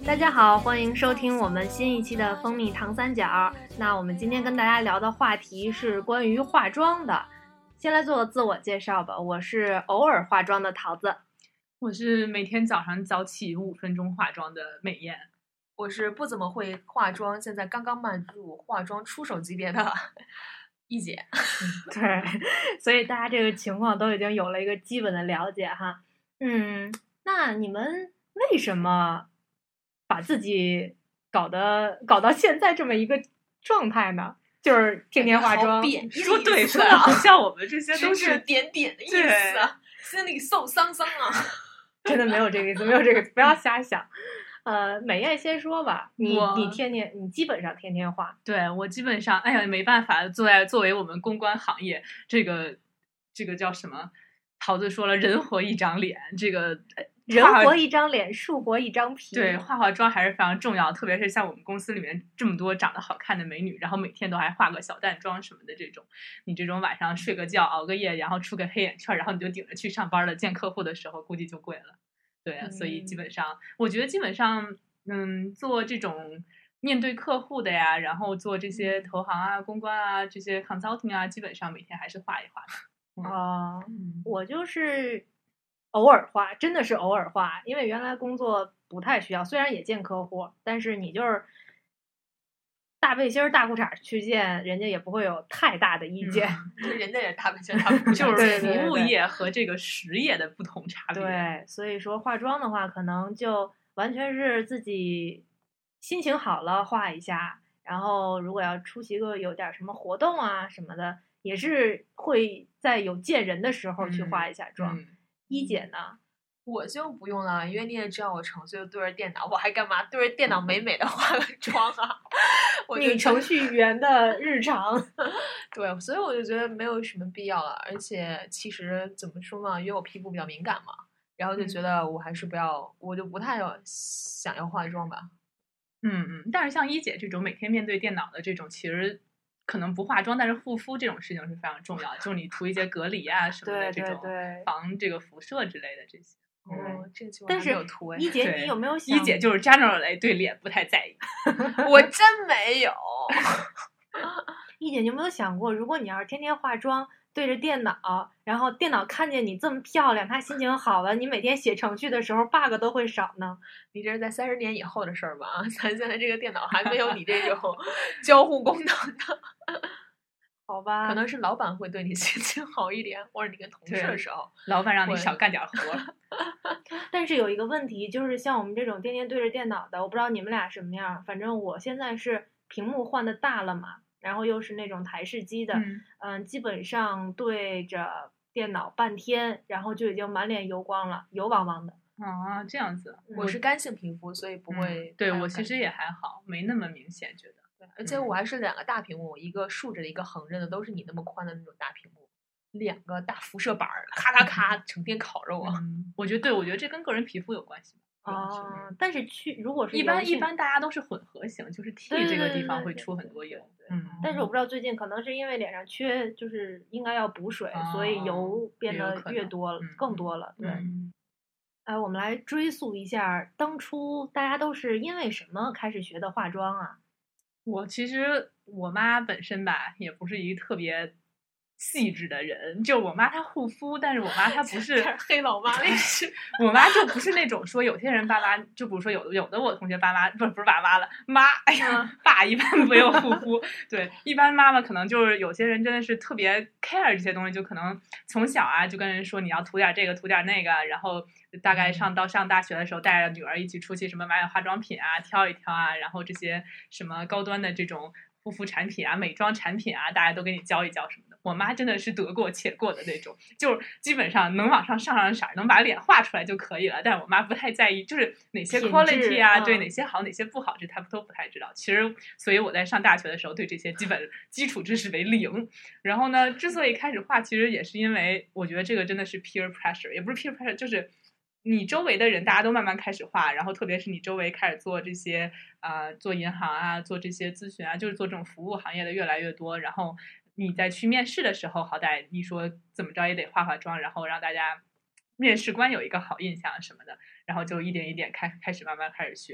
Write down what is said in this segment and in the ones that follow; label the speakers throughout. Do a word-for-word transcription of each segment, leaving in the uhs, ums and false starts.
Speaker 1: 大家好，欢迎收听我们新一期的蜂蜜糖三角。那我们今天跟大家聊的话题是关于化妆的。先来做个自我介绍吧，我是偶尔化妆的桃子。
Speaker 2: 我是每天早上早起五分钟化妆的美艳。
Speaker 3: 我是不怎么会化妆，现在刚刚迈入化妆出手级别的一姐。
Speaker 1: 对，所以大家这个情况都已经有了一个基本的了解哈。嗯，那你们为什么把自己搞得搞到现在这么一个状态呢？就是天天化妆，
Speaker 2: 说对，说的好像我们这些都
Speaker 3: 是点点的意思啊，心里受伤伤啊。
Speaker 1: 真的没有这个意思，没有这个意思，不要瞎想。呃，美艳先说吧，你你天天你基本上天天化。
Speaker 2: 对，我基本上，哎呀，没办法，作为作为我们公关行业，这个这个叫什么？桃子说了，人活一张脸，这个
Speaker 1: 人活一张脸，树活一张皮。
Speaker 2: 对，化化妆还是非常重要，特别是像我们公司里面这么多长得好看的美女，然后每天都还化个小淡妆什么的，这种你这种晚上睡个觉熬个夜，然后出个黑眼圈，然后你就顶着去上班了，见客户的时候估计就贵了。对、啊，所以基本上、嗯、我觉得基本上嗯，做这种面对客户的呀，然后做这些投行啊、公关啊、这些 consulting 啊，基本上每天还是画一画的。
Speaker 1: 啊、嗯，我就是偶尔画，真的是偶尔画，因为原来工作不太需要，虽然也见客户，但是你就是大背心儿大裤衩去见人家也不会有太大的意见。
Speaker 3: 嗯、人家也大背心儿大裤衩，
Speaker 2: 就是服务业和这个实业的不同差别。
Speaker 1: 对，所以说化妆的话，可能就完全是自己心情好了画一下，然后如果要出席个有点什么活动啊什么的，也是会在有见人的时候去化一下妆。嗯嗯、一姐呢？
Speaker 3: 我就不用了，因为你也知道我程序就对着电脑，我还干嘛对着电脑美美的化个妆啊？我
Speaker 1: 女程序员的日常。
Speaker 3: 对，所以我就觉得没有什么必要了。而且其实怎么说嘛，因为我皮肤比较敏感嘛，然后就觉得我还是不要，嗯、我就不太想要化妆吧。
Speaker 2: 嗯嗯，但是像一姐这种每天面对电脑的这种，其实可能不化妆，但是护肤这种事情是非常重要的，就是你涂一些隔离啊什么的这种，防这个辐射之类的这些。
Speaker 3: 哦，这个
Speaker 1: 但是一姐，你有没有想？
Speaker 2: 一姐就是 generally 对脸不太在意，
Speaker 3: 我真没有。
Speaker 1: 一姐，你有没有想过，如果你要是天天化妆，对着电脑，然后电脑看见你这么漂亮，他心情好了，你每天写程序的时候 bug 都会少呢？
Speaker 3: 你这是在三十年以后的事儿吧？咱现在这个电脑还没有你这种交互功能的。
Speaker 1: 好吧，
Speaker 3: 可能是老板会对你心情好一点，或者你跟同事的时候，
Speaker 2: 老板让你少干点活。
Speaker 1: 但是有一个问题，就是像我们这种天天对着电脑的，我不知道你们俩什么样，反正我现在是屏幕换的大了嘛，然后又是那种台式机的，嗯、呃，基本上对着电脑半天，然后就已经满脸油光了，油汪汪的。
Speaker 2: 啊，这样子，
Speaker 3: 我是干性皮肤，所以不会、
Speaker 2: 嗯。对，我其实也还好，没那么明显觉得。
Speaker 3: 对，而且我还是两个大屏幕，一个竖着的，一个横着的，都是你那么宽的那种大屏幕，两个大辐射板，咔咔咔，成天烤着我。
Speaker 2: 嗯、我觉得对，我觉得这跟个人皮肤有关系。
Speaker 1: 哦，但是去如果是
Speaker 2: 一般一般大家都是混合型，就是 T 这个地方会出很多油。
Speaker 1: 嗯，但是我不知道最近可能是因为脸上缺，就是应该要补水，哦、所以油变得越多了，更多了。对。嗯哎、呃，我们来追溯一下，当初大家都是因为什么开始学的化妆啊？
Speaker 2: 我其实我妈本身吧，也不是一个特别细致的人，就我妈她护肤，但是我妈她不是
Speaker 3: 黑老妈那是，
Speaker 2: 我妈就不是那种说有些人爸妈，就比如说有的有的我同学爸妈不是不是爸妈了妈，哎呀爸一般没有护肤，对，一般妈妈可能就是有些人真的是特别 care 这些东西，就可能从小啊就跟人说你要涂点这个涂点那个，然后大概上到上大学的时候带着女儿一起出去什么买点化妆品啊挑一挑啊，然后这些什么高端的这种护肤产品啊美妆产品啊大家都给你教一教什么的。我妈真的是得过且过的那种，就是基本上能往上上上色能把脸画出来就可以了，但是我妈不太在意就是哪些 quality 啊、嗯、对哪些好哪些不好这她都不太知道。其实所以我在上大学的时候对这些基本基础知识为零，然后呢之所以开始画其实也是因为我觉得这个真的是 peer pressure， 也不是 peer pressure， 就是你周围的人大家都慢慢开始画，然后特别是你周围开始做这些呃做银行啊做这些咨询啊，就是做这种服务行业的越来越多，然后你在去面试的时候好歹你说怎么着也得化化妆，然后让大家面试官有一个好印象什么的，然后就一点一点开开始慢慢开始学。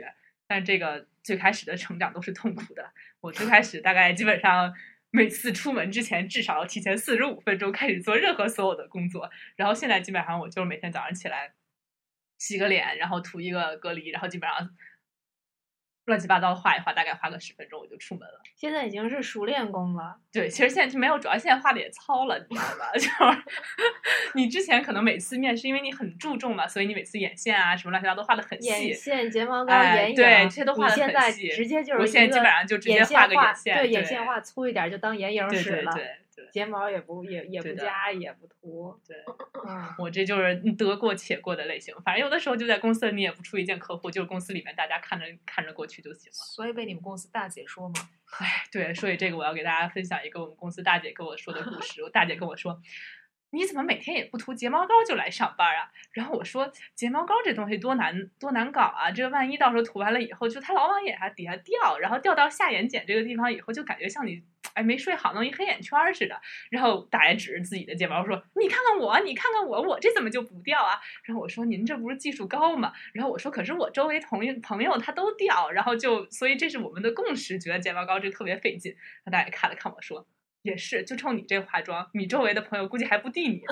Speaker 2: 但这个最开始的成长都是痛苦的。我最开始大概基本上每次出门之前至少要提前四十五分钟开始做任何所有的工作，然后现在基本上我就是每天早上起来洗个脸，然后涂一个隔离，然后基本上乱七八糟画一画，大概画个十分钟我就出门了。
Speaker 1: 现在已经是熟练工了。
Speaker 2: 对，其实现在就没有，主要现在画的也糙了，你知道吧？就是你之前可能每次面试，因为你很注重嘛，所以你每次眼线啊什么乱七八糟都画的很细，
Speaker 1: 眼线、睫毛膏、
Speaker 2: 哎、
Speaker 1: 眼影，
Speaker 2: 对，这些都画的很细。
Speaker 1: 现在直接就是
Speaker 2: 我现在基本上就直接画个眼线，
Speaker 1: 对，眼线画粗一点就当眼影使了。
Speaker 2: 对对对对，
Speaker 1: 睫毛也不也也不加也不涂。
Speaker 2: 对，嗯，我这就是得过且过的类型。反正有的时候就在公司你也不出一件客户，就是公司里面大家看着看着过去就行了。
Speaker 3: 所以被你们公司大姐说嘛。
Speaker 2: 哎，对，所以这个我要给大家分享一个我们公司大姐跟我说的故事。我大姐跟我说，你怎么每天也不涂睫毛膏就来上班啊？然后我说，睫毛膏这东西多难多难搞啊！这万一到时候涂完了以后，就它老往眼下底下掉，然后掉到下眼睑这个地方以后，就感觉像你哎没睡好弄一黑眼圈似的。然后大爷指着自己的睫毛说：“你看看我，你看看我，我这怎么就不掉啊？”然后我说：“您这不是技术高吗？”然后我说：“可是我周围同朋友他都掉，然后就所以这是我们的共识，觉得睫毛膏这特别费劲。”然后大爷看了看我说。也是，就冲你这化妆，你周围的朋友估计还不敌你。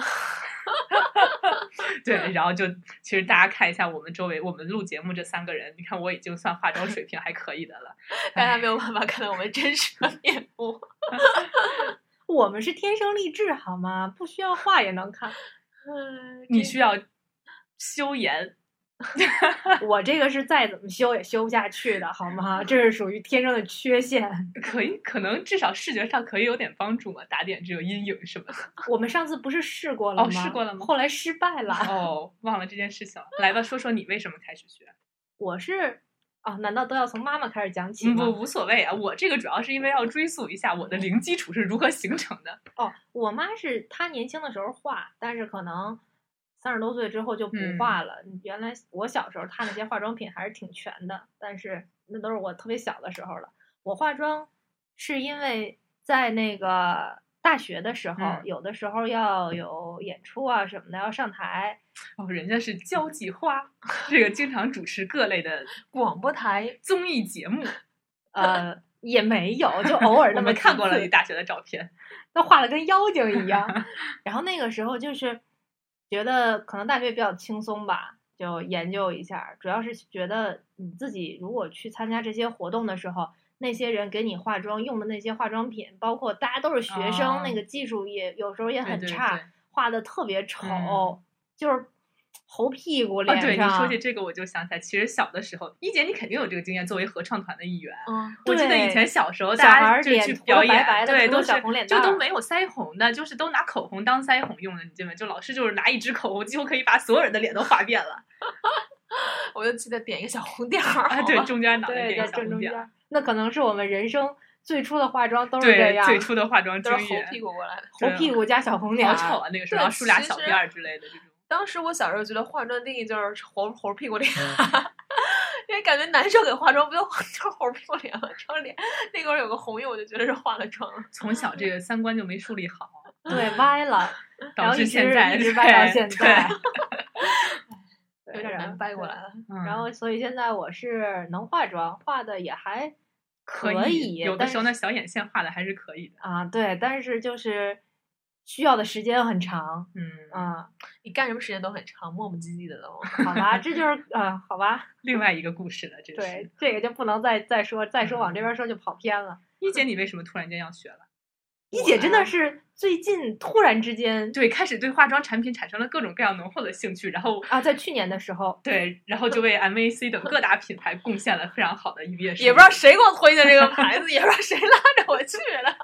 Speaker 2: 对，然后就其实大家看一下我们周围，我们录节目这三个人，你看我已经算化妆水平还可以的了，
Speaker 3: 大家没有办法看到我们真实的面目。
Speaker 1: 我们是天生丽质好吗？不需要画也能看。
Speaker 3: 嗯，
Speaker 2: 你需要修颜。
Speaker 1: 我这个是再怎么修也修不下去的，好吗？这是属于天生的缺陷。
Speaker 2: 可以，可能至少视觉上可以有点帮助嘛，打点这个阴影什么的。
Speaker 1: 我们上次不是试过了吗？
Speaker 2: 哦，试过了吗？
Speaker 1: 后来失败了。
Speaker 2: 哦，忘了这件事情了。来吧，说说你为什么开始学？
Speaker 1: 我是啊、哦，难道都要从妈妈开始讲起吗？
Speaker 2: 不，无所谓啊。我这个主要是因为要追溯一下我的零基础是如何形成的。
Speaker 1: 哦，我妈是她年轻的时候画，但是可能。三十多岁之后就不画了。嗯、原来我小时候，她那些化妆品还是挺全的，但是那都是我特别小的时候了。我化妆是因为在那个大学的时候，
Speaker 2: 嗯、
Speaker 1: 有的时候要有演出啊什么的，要上台。
Speaker 2: 哦，人家是交际花，这个经常主持各类的
Speaker 3: 广播台
Speaker 2: 综艺节目。
Speaker 1: 呃，也没有，就偶尔那么
Speaker 2: 看过了你大学的照片，
Speaker 1: 都画的跟妖精一样。然后那个时候就是。觉得可能大学比较轻松吧，就研究一下。主要是觉得你自己如果去参加这些活动的时候，那些人给你化妆用的那些化妆品，包括大家都是学生，
Speaker 2: 哦、
Speaker 1: 那个技术也有时候也很差，
Speaker 2: 对对对
Speaker 1: 画的特别丑，
Speaker 2: 嗯、
Speaker 1: 就是猴屁股脸上。
Speaker 2: 哦、对，你说起这个我就想起来，其实小的时候，一姐你肯定有这个经验，作为合唱团的一员。
Speaker 3: 嗯，
Speaker 2: 我记得以前小时候大家就去表演，
Speaker 1: 白白
Speaker 2: 对，都是
Speaker 1: 小红脸
Speaker 2: 就都没有腮红的，就是都拿口红当腮红用的，你记得吗？就老师就是拿一支口红，几乎可以把所有人的脸都画遍了。
Speaker 3: 我就记得点一个小红点儿，
Speaker 2: 啊，对，中间脑袋点一个小
Speaker 1: 红
Speaker 2: 点儿。
Speaker 1: 那可能是我们人生最初的化妆都是这样，
Speaker 2: 最初的化妆经验，
Speaker 3: 都是猴屁股过来的，
Speaker 1: 猴屁股加小红点，
Speaker 2: 好丑啊！那个时候，然后梳俩小辫儿之类的这种。
Speaker 3: 当时我小时候觉得化妆定义就是猴猴屁股脸，因为感觉男生给化妆不就就是猴屁股脸吗？这脸那会儿有个红印，我就觉得是化了妆。
Speaker 2: 从小这个三观就没树立好，
Speaker 1: 对，歪了，
Speaker 2: 导致现在
Speaker 1: 一直歪到现在，
Speaker 3: 有点难掰过来了。
Speaker 1: 然后，所以现在我是能化妆，化的也还可
Speaker 2: 以，有的时候那小眼线画的还是可以的
Speaker 1: 啊。对，但是就是。需要的时间很长，
Speaker 2: 嗯
Speaker 1: 啊，
Speaker 3: 你干什么时间都很长，磨磨唧唧的都。
Speaker 1: 好吧，这就是呃，好吧，
Speaker 2: 另外一个故事了，这是
Speaker 1: 对，这个就不能再再说，再说往这边说就跑偏了。
Speaker 2: 一姐，你为什么突然间要学了？
Speaker 1: 一姐真的是最近突然之间，
Speaker 2: 对，开始对化妆产品产生了各种各样浓厚的兴趣，然后
Speaker 1: 啊，在去年的时候，
Speaker 2: 对，然后就为 M A C 等各大品牌贡献了非常好的一页。
Speaker 3: 也不知道谁给我推的这个牌子，也不知道谁拉着我去了。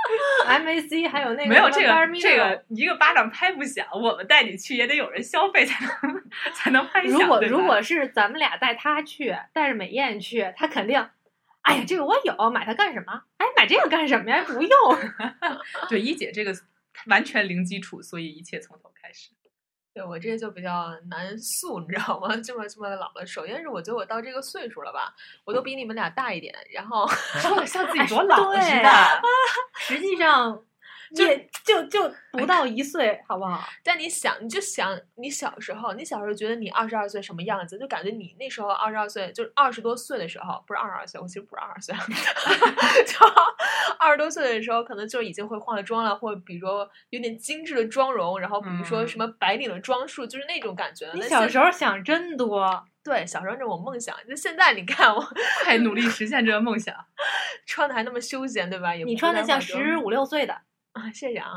Speaker 1: M A C 还有那个
Speaker 2: 没有这个这个一个巴掌拍不响，我们带你去也得有人消费才能才能拍响。
Speaker 1: 如果如果是咱们俩带他去，带着美艳去，他肯定，哎呀，这个我有，买它干什么？哎，买这个干什么呀？不用。
Speaker 2: 对，一姐这个完全零基础，所以一切从头开始。
Speaker 3: 对，我这就比较难塑，你知道吗？这么这么老了，首先是我觉得我到这个岁数了吧，我都比你们俩大一点，然后
Speaker 2: 说的像自己多老似
Speaker 1: 的。实际上， 也就就不到一岁，好不好？
Speaker 3: 但你想，你就想你小时候，你小时候觉得你二十二岁什么样子，就感觉你那时候二十二岁，就是二十多岁的时候，不是二十二岁，我其实不是二十岁，就二十多岁的时候，可能就已经会化了妆了，或者比如说有点精致的妆容，然后比如说什么白领的装束，就是那种感觉。
Speaker 1: 你小时候想真多。
Speaker 3: 对，小时候这种梦想，就现在你看我，
Speaker 2: 快努力实现这个梦想，
Speaker 3: 穿的还那么休闲，对吧？也
Speaker 1: 你穿的像十五六岁的
Speaker 3: 啊，谢谢啊。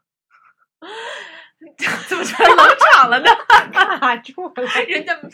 Speaker 2: 怎么成冷场了呢？
Speaker 1: 卡住了，
Speaker 3: 人家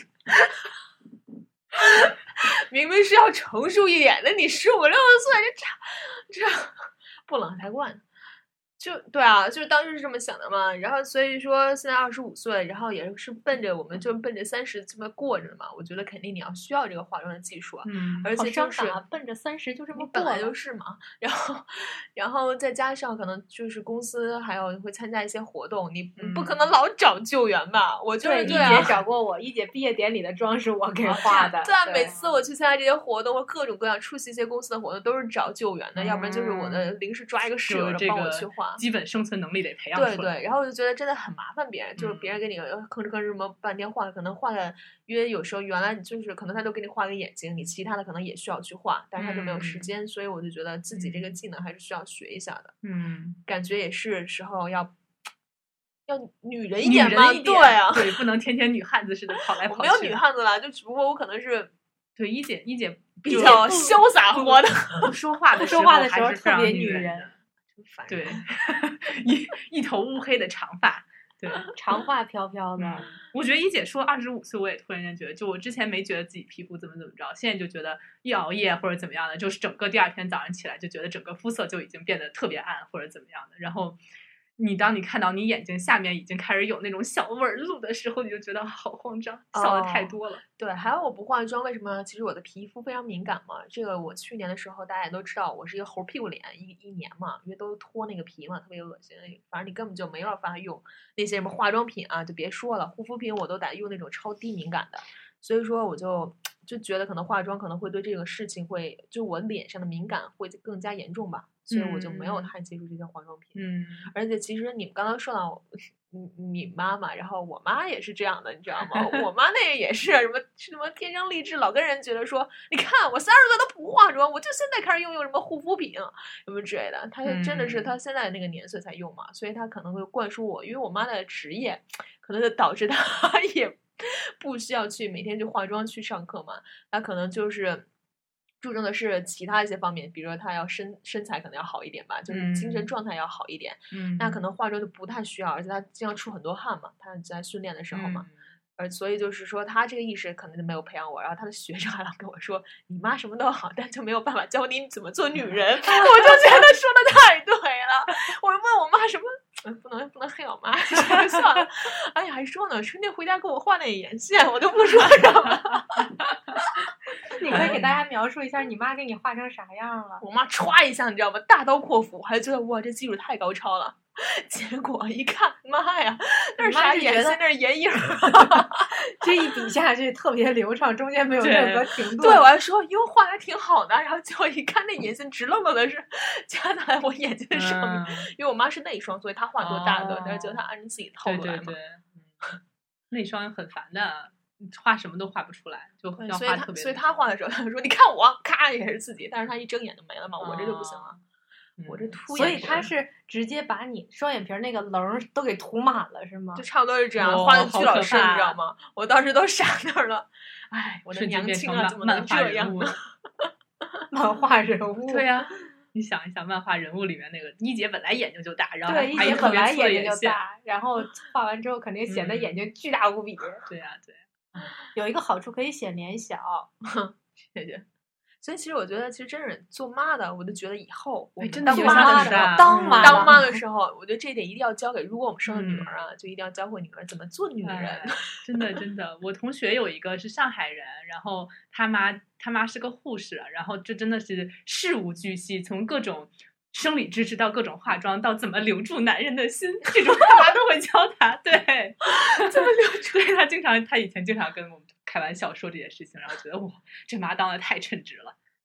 Speaker 3: 明明是要成熟一点的，你十五六岁，这这不冷才怪呢。就对啊，就是当时是这么想的嘛，然后所以说现在二十五岁，然后也是奔着我们就奔着三十这么过着嘛。我觉得肯定你要需要这个化妆的技术啊，
Speaker 2: 嗯，
Speaker 3: 而且就是
Speaker 1: 奔着三十就这么
Speaker 3: 本来就是嘛。然后，然后再加上可能就是公司还有会参加一些活动，你不可能老找救援吧？我就是
Speaker 1: 一姐找过我，一姐毕业典礼的妆是我给画的。
Speaker 3: 对啊，每次我去参加这些活动或各种各样出席一些公司的活动，都是找救援的，要不然就是我的临时抓一个室友帮我去画。
Speaker 2: 基本生存能力得培养出来。
Speaker 3: 对对，然后我就觉得真的很麻烦别人，就是别人给你吭哧吭哧什么半天画，可能画的，因为有时候原来就是可能他都给你画个眼睛，你其他的可能也需要去画，但是他就没有时间，嗯、所以我就觉得自己这个技能还是需要学一下的。
Speaker 2: 嗯，
Speaker 3: 感觉也是时候要要女人一点嘛，
Speaker 2: 对
Speaker 3: 啊，
Speaker 2: 对，不能天天女汉子似的跑来跑去。
Speaker 3: 没有女汉子了，就只不过我可能是
Speaker 2: 对一姐一姐
Speaker 3: 比较潇洒活的，
Speaker 2: 不说话的
Speaker 1: 说话的时候
Speaker 2: 特
Speaker 1: 别女人。
Speaker 2: 对，一一头乌黑的长发，对，
Speaker 1: 长发飘飘的。
Speaker 2: 嗯、我觉得一姐说二十五岁，我也突然间觉得，就我之前没觉得自己皮肤怎么怎么着，现在就觉得一熬夜或者怎么样的，就是整个第二天早上起来就觉得整个肤色就已经变得特别暗或者怎么样的。然后你当你看到你眼睛下面已经开始有那种小纹路的时候，你就觉得好慌张，笑的太多了。
Speaker 3: 哦、对，还有我不化妆，为什么？其实我的皮肤非常敏感嘛。这个我去年的时候大家也都知道，我是一个猴屁股脸，一一年嘛，因为都脱那个皮嘛，特别恶心。反正你根本就没办法用那些什么化妆品啊，就别说了，护肤品我都得用那种超低敏感的。所以说我就就觉得可能化妆可能会对这个事情会，就我脸上的敏感会更加严重吧。所以我就没有太接触这些化妆品，
Speaker 2: 嗯，
Speaker 3: 而且其实你们刚刚说到你你妈妈，然后我妈也是这样的，你知道吗？我妈那个也是什么什么天生丽质，老跟人觉得说，你看我三十岁都不化妆，我就现在开始用用什么护肤品什么之类的，她真的是她现在那个年岁才用嘛，所以她可能会灌输我，因为我妈的职业可能就导致她也不需要去每天去化妆去上课嘛，她可能就是注重的是其他一些方面，比如说他要身身材可能要好一点吧，就是精神状态要好一点，
Speaker 2: 嗯，
Speaker 3: 那可能化妆就不太需要，而且他经常出很多汗嘛，他在训练的时候嘛，
Speaker 2: 嗯、
Speaker 3: 而所以就是说他这个意识可能就没有培养我，然后他的学生还老跟我说，你妈什么都好，但就没有办法教你怎么做女人，我就觉得说的太对了，我问我妈什么。不能不能黑我妈，算了。哎呀，还说呢，春天回家给我画那眼线，我都不说什么。
Speaker 1: 你可以给大家描述一下你妈给你画成啥样了？
Speaker 3: 我妈歘一下，你知道吗？大刀阔斧，还觉得哇，这技术太高超了。结果一看，妈呀，那是啥眼线？那是眼影。
Speaker 1: 这一笔下去特别流畅，中间没有任何停顿。
Speaker 3: 对，我还说哟，画的还挺好的。然后结果一看，那眼线直愣愣的是加在我眼睛上面。嗯、因为我妈是内双，所以她画多大的，但是就她按照自己套路来嘛。
Speaker 2: 对对对，内双很烦的。画什么都画不出来，就要画特别。
Speaker 3: 所以他画的时候，他说：“你看我，咔也是自己。”但是他一睁眼就没了嘛，我这就不行了。
Speaker 2: 嗯、
Speaker 3: 我这凸眼，
Speaker 1: 所以他是直接把你双眼皮那个棱都给涂满了，是吗？
Speaker 3: 就差不多是这样，
Speaker 2: 哦、
Speaker 3: 画的巨老深，你知道吗？我当时都傻那儿了。哎，我的娘亲啊，怎么能这样呢？
Speaker 1: 漫画人物，
Speaker 2: 对呀、啊。你想一想，漫画人物里面那个一姐本来眼睛就大，然后
Speaker 1: 对，
Speaker 2: 还有
Speaker 1: 一姐本来眼睛就大，然后画完之后肯定显得眼睛巨大无比。
Speaker 2: 嗯、对呀、啊，对。
Speaker 1: 有一个好处可以显脸小，
Speaker 3: 谢谢。所以其实我觉得，其实真是做妈的，我就觉得以后我
Speaker 2: 真的
Speaker 3: 当妈的时候，
Speaker 1: 当妈
Speaker 3: 当妈的时候，我觉得这点一定要教给，如果我们生了女儿啊，嗯、就一定要教会女儿怎么做女人。
Speaker 2: 哎、真的真的，我同学有一个是上海人，然后他妈他妈是个护士，然后这真的是事无巨细，从各种生理知识到各种化妆，到怎么留住男人的心，这种他妈都会教他。对，
Speaker 3: 怎么留住？
Speaker 2: 对，他经常，他以前经常跟我们开玩笑说这件事情，然后觉得哇，这妈当的太称职了。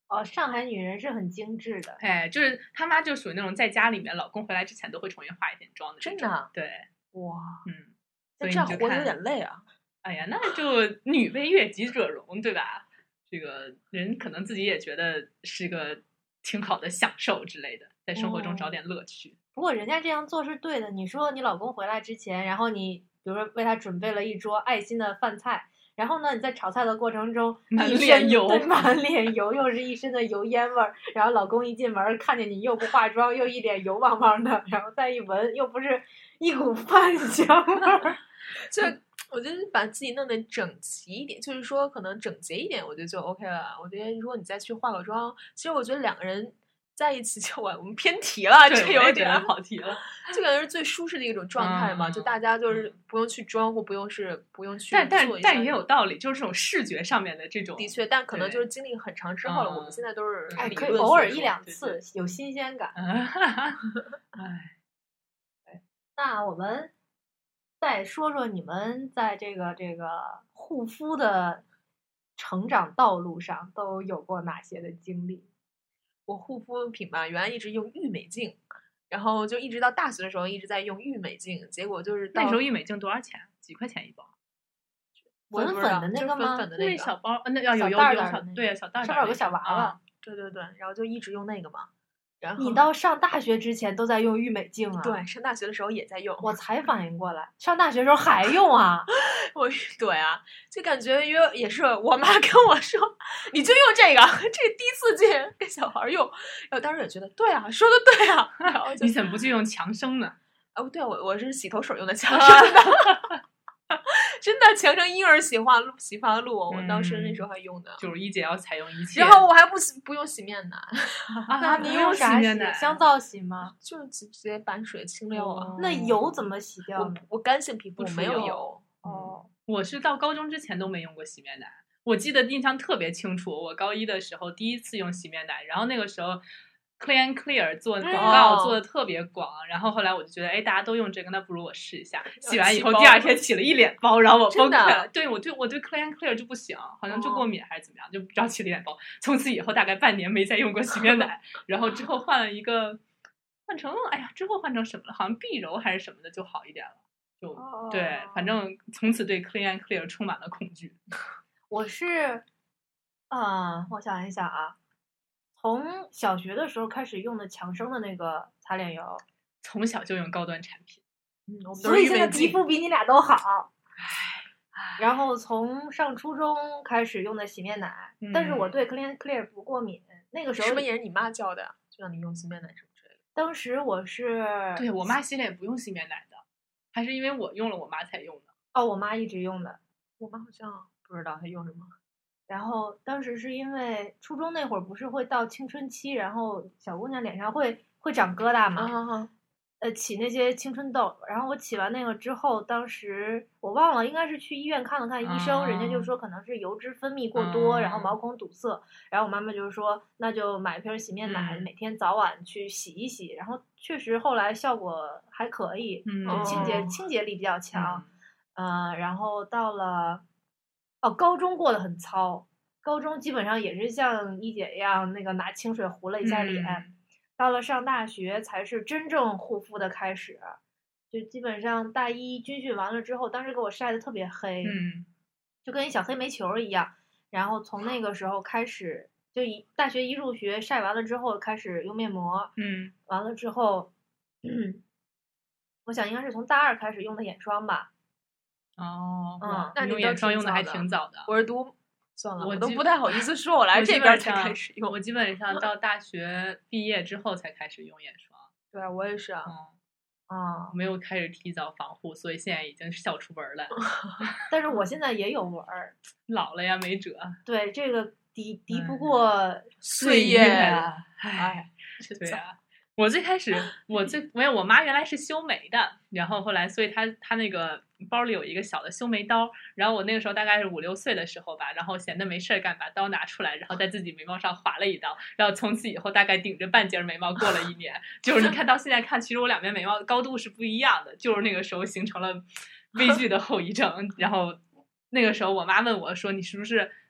Speaker 1: 哦，上海女人是很精致的，
Speaker 2: 哎，就是他妈就属于那种在家里面，老公回来之前都会重新化一遍妆的。
Speaker 3: 真的？
Speaker 2: 对，
Speaker 3: 哇，
Speaker 2: 嗯，
Speaker 3: 那这样活得有点累啊。
Speaker 2: 哎呀，那就女为悦己者容，对吧？这个人可能自己也觉得是个挺好的享受之类的，在生活中找点乐趣。
Speaker 1: 哦、不过人家这样做是对的。你说你老公回来之前，然后你比如说为他准备了一桌爱心的饭菜，然后呢你在炒菜的过程中
Speaker 2: 满脸油，
Speaker 1: 对，满脸油，又是一身的油烟味儿。然后老公一进门看见你又不化妆，又一脸油汪汪的，然后再一闻又不是一股饭香味儿，
Speaker 3: 就。我觉得把自己弄得整齐一点，就是说可能整洁一点，我觉得就 OK 了。我觉得如果你再去化个妆，其实我觉得两个人在一起就我们偏题了，这有点
Speaker 2: 跑题了。
Speaker 3: 就感觉是最舒适的一种状态嘛，嗯、就大家就是不用去装或不用是不用去
Speaker 2: 但但但也有道理，就是这种视觉上面的这种，
Speaker 3: 的确，但可能就是经历很长之后了。我们现在都是
Speaker 1: 哎，可以偶尔一两次对对有新鲜感。
Speaker 2: 哎，
Speaker 1: 那我们。再说说你们在这个这个护肤的成长道路上都有过哪些的经历？
Speaker 3: 我护肤品吧，原来一直用郁美净，然后就一直到大学的时候一直在用郁美净，结果就是
Speaker 2: 那时候郁美净多少钱？几块钱一包？
Speaker 1: 粉粉的那个吗？
Speaker 3: 粉粉的那个
Speaker 2: 小包，那要有有有小对小袋
Speaker 1: 上面有个小娃娃、
Speaker 3: 啊，对对对，然后就一直用那个嘛。然后
Speaker 1: 你到上大学之前都在用郁美净啊？
Speaker 3: 对，上大学的时候也在用。
Speaker 1: 我才反应过来，上大学的时候还用啊？
Speaker 3: 我对啊，就感觉因为也是我妈跟我说，你就用这个，这第四季给小孩用。然后当时也觉得对啊，说的对啊。然后
Speaker 2: 你怎么不去用强生呢？
Speaker 3: 哦，对，我我是洗头水用的强生的。真的强生婴儿洗发露，洗发露，我当时那时候还用的。
Speaker 2: 就是一姐要采用一切，
Speaker 3: 然后我还不不用洗面奶。
Speaker 1: 那你用啥洗？香皂洗吗？
Speaker 3: 就直接板水清料啊。
Speaker 1: 那油怎么洗掉呢？
Speaker 3: 我我干性皮肤没有油。
Speaker 1: 哦，
Speaker 2: 我是到高中之前都没用过洗面奶。我记得印象特别清楚，我高一的时候第一次用洗面奶，然后那个时候。Clean Clear 做广告做的特别广，哦、然后后来我就觉得，哎，大家都用这个，那不如我试一下。洗完以后，第二天起了一脸包，然后我崩溃了。对我对我对 Clean Clear 就不行，好像就过敏还是怎么样，哦、就不知道起了一脸包。从此以后大概半年没再用过洗面奶，然后之后换了一个，换成哎呀，之后换成什么了？好像碧柔还是什么的就好一点了。就、哦、对，反正从此对 Clean Clear 充满了恐惧。
Speaker 1: 我是，啊、呃，我想一想啊。从小学的时候开始用的强生的那个擦脸油，
Speaker 2: 从小就用高端产品，
Speaker 1: 嗯，所以现在皮肤比你俩都好。然后从上初中开始用的洗面奶，嗯、但是我对 Clean Clear 不过敏。那个时候
Speaker 3: 是不是也是你妈教的，就让你用洗面奶什么之类的？
Speaker 1: 当时我是
Speaker 2: 对我妈洗脸不用洗面奶的，还是因为我用了我妈才用的。
Speaker 1: 哦，我妈一直用的，
Speaker 3: 我妈好像不知道她用什么。
Speaker 1: 然后当时是因为初中那会儿不是会到青春期，然后小姑娘脸上会会长疙瘩嘛，
Speaker 3: 啊、
Speaker 1: 呃，起那些青春痘。然后我起完那个之后，当时我忘了，应该是去医院看了看医生，啊、人家就说可能是油脂分泌过多，啊、然后毛孔堵塞。然后我妈妈就说，那就买瓶洗面奶，嗯、每天早晚去洗一洗。然后确实后来效果还可以，
Speaker 2: 嗯、
Speaker 1: 就清洁、哦、清洁力比较强。
Speaker 2: 嗯、
Speaker 1: 呃，然后到了。哦，高中过得很糙，高中基本上也是像一姐一样，那个拿清水糊了一下脸。
Speaker 2: 嗯、
Speaker 1: 到了上大学才是真正护肤的开始，就基本上大一军训完了之后，当时给我晒得特别黑，
Speaker 2: 嗯，
Speaker 1: 就跟一小黑煤球一样。然后从那个时候开始，就一大学一入学晒完了之后开始用面膜，
Speaker 2: 嗯，
Speaker 1: 完了之后，嗯，我想应该是从大二开始用的眼霜吧。
Speaker 2: 哦，
Speaker 1: 嗯，
Speaker 3: 那你
Speaker 2: 用眼霜用的还挺早的。
Speaker 3: 我是读，算了，
Speaker 2: 我
Speaker 3: 都不太好意思说，我来这边才开始用。
Speaker 2: 我基本上到大学毕业之后才开始用眼霜。
Speaker 3: 对啊，我也是啊。
Speaker 2: 嗯，啊，没有开始提早防护，所以现在已经笑出纹了。
Speaker 1: 但是我现在也有纹儿，
Speaker 2: 老了呀，没辙。
Speaker 1: 对，这个敌敌不过
Speaker 3: 岁月
Speaker 2: 啊！哎，对啊。我最开始，我最没有，我妈原来是修眉的，然后后来，所以她她那个包里有一个小的修眉刀，然后我那个时候大概是五六岁的时候吧，然后闲得没事干，把刀拿出来，然后在自己眉毛上划了一刀，然后从此以后大概顶着半截眉毛过了一年，就是你看到现在看，其实我两边眉毛的高度是不一样的，就是那个时候形成了悲剧的后遗症，然后那个时候我妈问我说：“你是不是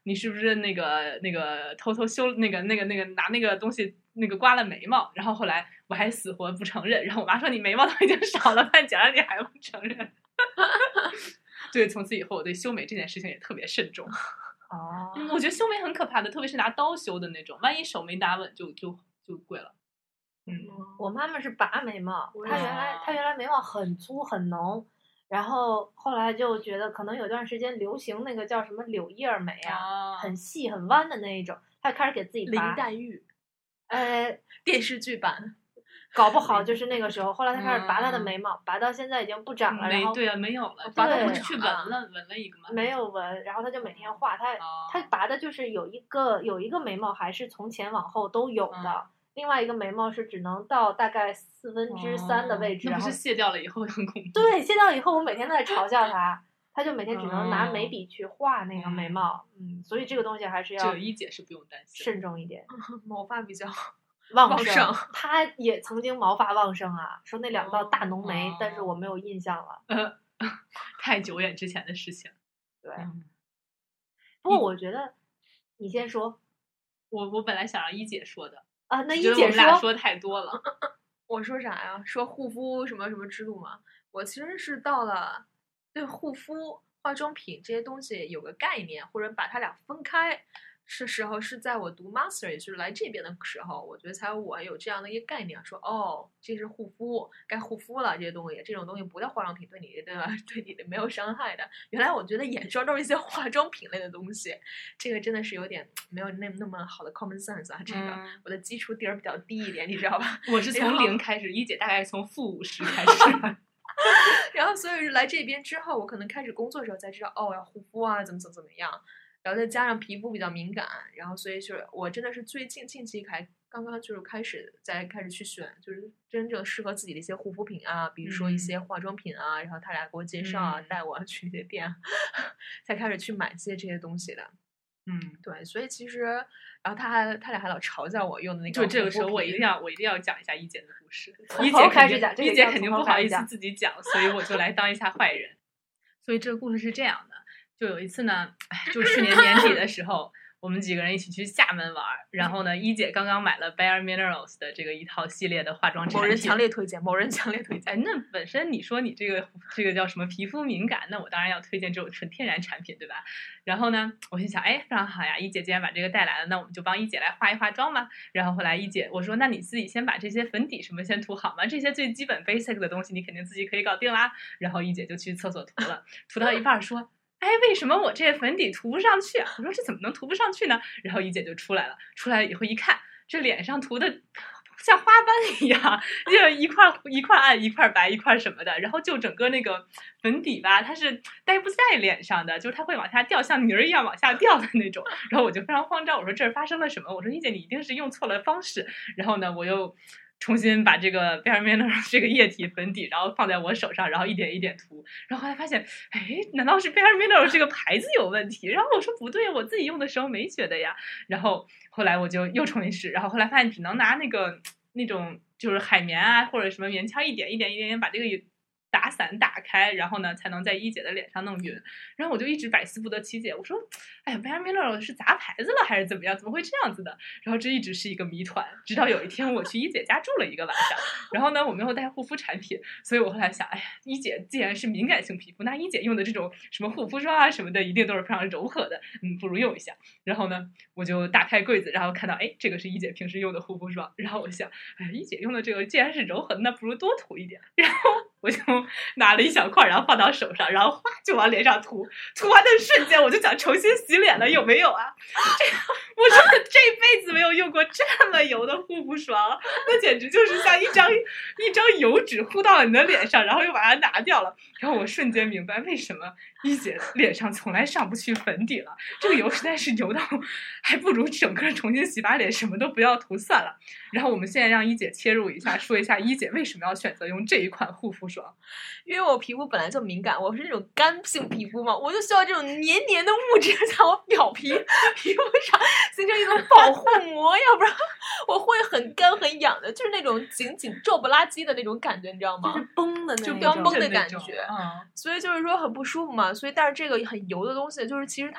Speaker 2: 你是不是那个那个偷偷修那个那个那个拿那个东西那个刮了眉毛？然后后来我还死活不承认，然后我妈说你眉毛都已经少了半截了，你还不承认？对，从此以后我对修眉这件事情也特别慎重。
Speaker 1: 哦、
Speaker 2: 嗯，我觉得修眉很可怕的，特别是拿刀修的那种，万一手没打稳就就就贵了。嗯，
Speaker 1: 我妈妈是拔眉毛，她原来她原来眉毛很粗很浓，然后后来就觉得可能有段时间流行那个叫什么柳叶眉啊，
Speaker 2: 哦、
Speaker 1: 很细很弯的那一种，她开始给自己拔。
Speaker 3: 林黛玉，
Speaker 1: 呃，
Speaker 3: 电视剧版。
Speaker 1: 搞不好就是那个时候，后来她开始拔她的眉毛，嗯、拔到现在已经不长了，然后
Speaker 2: 对啊，没有了，
Speaker 1: 拔
Speaker 2: 到不是去纹了，纹了一个吗？
Speaker 1: 没有纹，然后她就每天画，她她拔的就是有一个有一个眉毛还是从前往后都有的。嗯，另外一个眉毛是只能到大概四分之三的位置，
Speaker 2: 哦、那不是卸掉了以后很恐怖？
Speaker 1: 对，卸掉以后我每天都在嘲笑他，他就每天只能拿眉笔去画那个眉毛，嗯，嗯所以这个东西还是要
Speaker 2: 这个一姐是不用担心，
Speaker 1: 慎重一点。
Speaker 3: 毛发比较
Speaker 1: 旺
Speaker 3: 盛，
Speaker 1: 他也曾经毛发旺盛啊，说那两道大浓眉，哦、但是我没有印象了，
Speaker 2: 呃，太久远之前的事情。
Speaker 1: 对，嗯、不过我觉得你先说，
Speaker 2: 我我本来想让一姐说的。
Speaker 1: 啊，那一
Speaker 2: 姐说，我们俩说太多了。
Speaker 3: 我说啥呀？说护肤什么什么之路嘛。我其实是到了对护肤、化妆品这些东西有个概念，或者把它俩分开。是时候是在我读 master， 也就是来这边的时候，我觉得才我有这样的一个概念，说哦，这是护肤，该护肤了，这些东西，这种东西不叫化妆品，对你对吧？对你没有伤害的。原来我觉得眼霜都是一些化妆品类的东西，这个真的是有点没有那那么好的 common sense 啊。这个、嗯、我的基础底儿比较低一点，你知道吧？
Speaker 2: 我是从零开始，一姐大概是从负五十开始。
Speaker 3: 然后所以是来这边之后，我可能开始工作的时候才知道，哦，要护肤啊，怎么怎么怎么样。然后再加上皮肤比较敏感，然后所以就是我真的是最近近期开刚刚就是开始在开始去选，就是真正适合自己的一些护肤品啊，比如说一些化妆品啊，嗯、然后他俩给我介绍啊，嗯、带我去那些店，才开始去买些这些东西的。
Speaker 2: 嗯，
Speaker 3: 对，所以其实，然后他还他俩还老嘲笑我用的那个，
Speaker 2: 就这个时候我一定要我一定要讲一下一姐的故事。
Speaker 1: 一姐开始讲，
Speaker 2: 一姐肯定不好意思自己讲，所以我就来当一下坏人。所以这个故事是这样的。就有一次呢，哎，就去年年底的时候，我们几个人一起去厦门玩，然后呢，一姐刚刚买了 Bare Minerals 的这个一套系列的化妆产品，
Speaker 3: 某人强烈推荐，某人强烈推荐。
Speaker 2: 哎，那本身你说你这个这个叫什么皮肤敏感，那我当然要推荐这种纯天然产品，对吧？然后呢，我心想，哎，非常好呀，一姐既然把这个带来了，那我们就帮一姐来化一化妆嘛。然后后来一姐我说，那你自己先把这些粉底什么先涂好吗？这些最基本 basic 的东西你肯定自己可以搞定啦。然后一姐就去厕所涂了，涂到一半说。哎，为什么我这粉底涂不上去啊？我说这怎么能涂不上去呢？然后一姐就出来了，出来了以后一看，这脸上涂的像花斑一样，就一块一块暗一块白一块什么的，然后就整个那个粉底吧，它是待不在脸上的，就是它会往下掉，像泥儿一样往下掉的那种。然后我就非常慌张，我说这儿发生了什么？我说一姐你一定是用错了方式。然后呢，我又。重新把这个 Bare Minerals 这个液体粉底，然后放在我手上，然后一点一点涂，然后后来发现，哎，难道是 Bare Minerals 这个牌子有问题？然后我说不对，我自己用的时候没觉得呀。然后后来我就又重新试，然后后来发现只能拿那个那种就是海绵啊或者什么棉签一点一点一点点把这个打散打开，然后呢才能在一姐的脸上弄匀。然后我就一直百思不得其解，我说哎呀 Bare Minerals 是砸牌子了还是怎么样，怎么会这样子的？然后这一直是一个谜团，直到有一天我去一姐家住了一个晚上，然后呢我没有带护肤产品，所以我后来想，哎呀，一姐既然是敏感性皮肤，那一姐用的这种什么护肤霜啊什么的一定都是非常柔和的，嗯，不如用一下。然后呢我就打开柜子，然后看到哎这个是一姐平时用的护肤霜，然后我想哎一姐用的这个既然是柔和的，那不如多涂一点。然后我就拿了一小块，然后放到手上，然后哗就往脸上涂。涂完的瞬间，我就想重新洗脸了，有没有啊？这我真的这辈子没有用过这么油的护肤霜，那简直就是像一张一张油纸糊到了你的脸上，然后又把它拿掉了。然后我瞬间明白为什么一姐脸上从来上不去粉底了，这个油实在是油到还不如整个重新洗把脸，什么都不要涂算了。然后我们现在让一姐切入一下，说一下一姐为什么要选择用这一款护肤霜。
Speaker 3: 因为我皮肤本来就敏感，我是那种干性皮肤嘛，我就需要这种黏黏的物质在我表皮皮肤上形成一种保护膜，要不然我会很干很痒的，就是那种紧紧皱不拉几的那种感觉，你知道吗？
Speaker 1: 就是崩的那种，
Speaker 3: 就刚崩的感觉，
Speaker 2: 嗯，
Speaker 3: 所以就是说很不舒服嘛。所以但是这个很油的东西，就是其实它